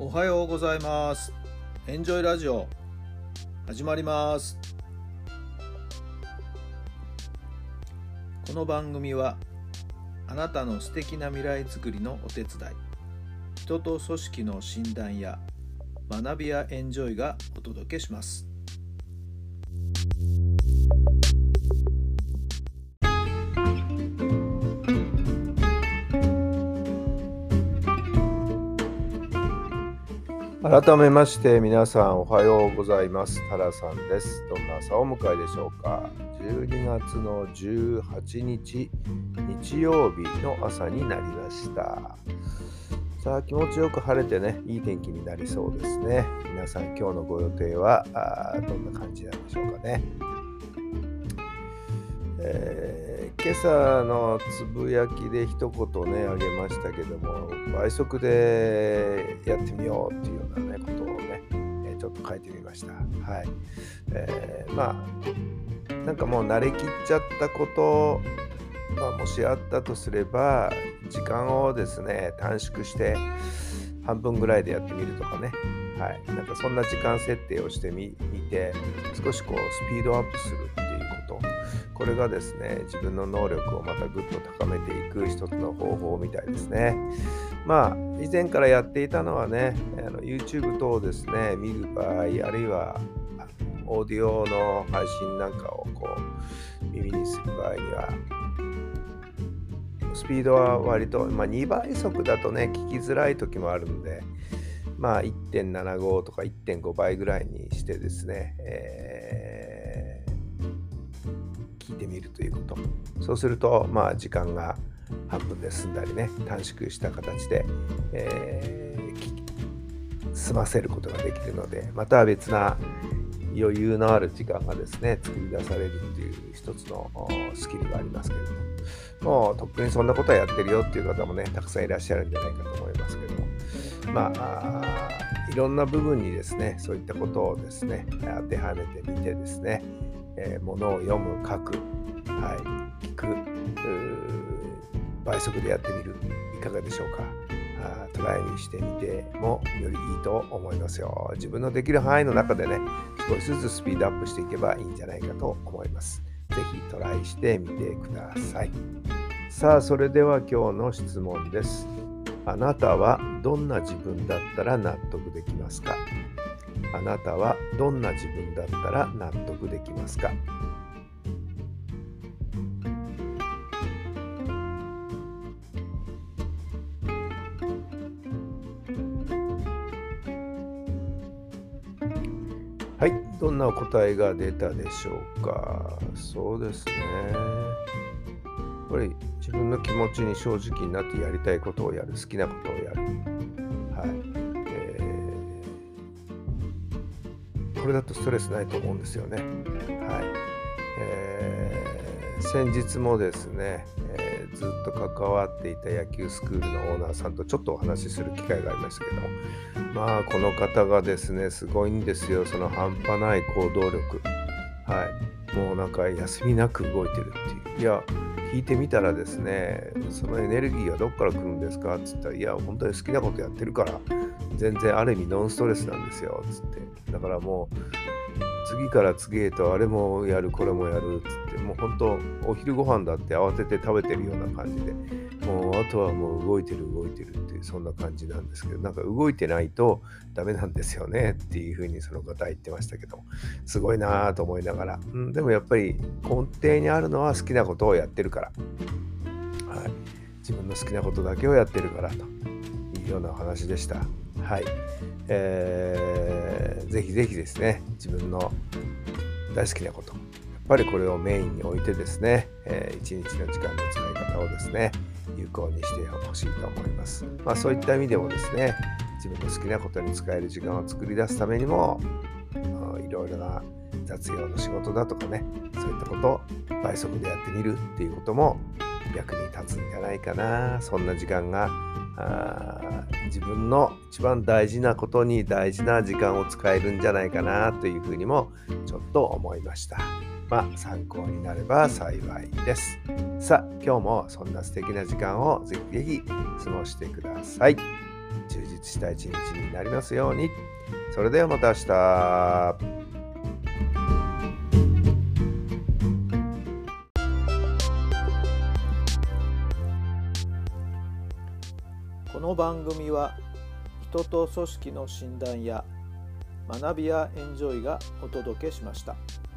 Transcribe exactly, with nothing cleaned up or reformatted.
おはようございます。エンジョイラジオ始まります。この番組はあなたの素敵な未来づくりのお手伝い、人と組織の診断や学びやエンジョイがお届けします。改めまして皆さんおはようございます。タラさんです。どんな朝をお迎えでしょうか。じゅうにがつのじゅうはちにち日曜日の朝になりました。さあ気持ちよく晴れてね、いい天気になりそうですね。皆さん今日のご予定はどんな感じなんでしょうかね。えー今朝のつぶやきで一言ねあげましたけども、倍速でやってみようっていうようなねことをね、えー、ちょっと書いてみました。はい。えー、まあなんかもう慣れきっちゃったこと、まあ、もしあったとすれば時間をですね短縮して半分ぐらいでやってみるとかね。はい。なんかそんな時間設定をしてみて少しこうスピードアップするっていうこと。これがですね、自分の能力をまたぐっと高めていく一つの方法みたいですね。まあ、以前からやっていたのはね、あの YouTube 等をですね、見る場合、あるいはオーディオの配信なんかをこう耳にする場合には、スピードは割と、まあ、にばい速だとね、聞きづらい時もあるので、まあ いってんななご とか いってんご 倍ぐらいにしてですね、えー聞いてみるということ。そうするとまあ時間が半分で済んだりね、短縮した形で、えー、済ませることができるので、また別な余裕のある時間がですね作り出されるっていう一つのスキルがありますけれども、もうとっくにそんなことはやってるよっていう方もねたくさんいらっしゃるんじゃないかと思いますけども、まあいろんな部分にですねそういったことをですね当てはめてみてですね、えー、ものを読む、書く、はい、聞く、倍速でやってみる、いかがでしょうか。あトライにしてみてもよりいいと思いますよ。自分のできる範囲の中でね少しずつスピードアップしていけばいいんじゃないかと思います。ぜひトライしてみてください。さあそれでは今日の質問です。あなたはどんな自分だったら納得できますか？あなたはどんな自分だったら納得できますか？はい、どんなお答えが出たでしょうか。そうですね。やっぱり自分の気持ちに正直になってやりたいことをやる、好きなことをやる。はい。これだとストレスないと思うんですよね。はい。えー、先日もですね、えー、ずっと関わっていた野球スクールのオーナーさんとちょっとお話しする機会がありましたけども、まあこの方がですねすごいんですよ。その半端ない行動力。はい。もうなんか休みなく動いてるっていう。いや聞いてみたらですね、そのエネルギーはどこから来るんですかっつったら、いや本当に好きなことやってるから全然ある意味ノンストレスなんですよつって。だからもう次から次へとあれもやるこれもやるつって、もう本当お昼ご飯だって慌てて食べてるような感じで、もうあとはもう動いてる動いてるっていうそんな感じなんですけど、なんか動いてないとダメなんですよねっていうふうにその方は言ってましたけど、すごいなぁと思いながら、うん、でもやっぱり根底にあるのは好きなことをやってるから、はい、自分の好きなことだけをやってるからというようなお話でした。はい、えー、ぜひぜひですね自分の大好きなことやっぱりこれをメインに置いてですね、えー、一日の時間の使い方をですね有効にしてほしいと思います。まあそういった意味でもですね自分の好きなことに使える時間を作り出すためにもいろいろな雑用の仕事だとかね、そういったことを倍速でやってみるっていうことも役に立つんじゃないかな。そんな時間があ自分の一番大事なことに大事な時間を使えるんじゃないかなというふうにもちょっと思いました。まあ参考になれば幸いです。さあ今日もそんな素敵な時間をぜひぜひ過ごしてください。 充実した一日になりますように。それではまた明日。 この番組は人と組織の診断や学びやエンジョイがお届けしました。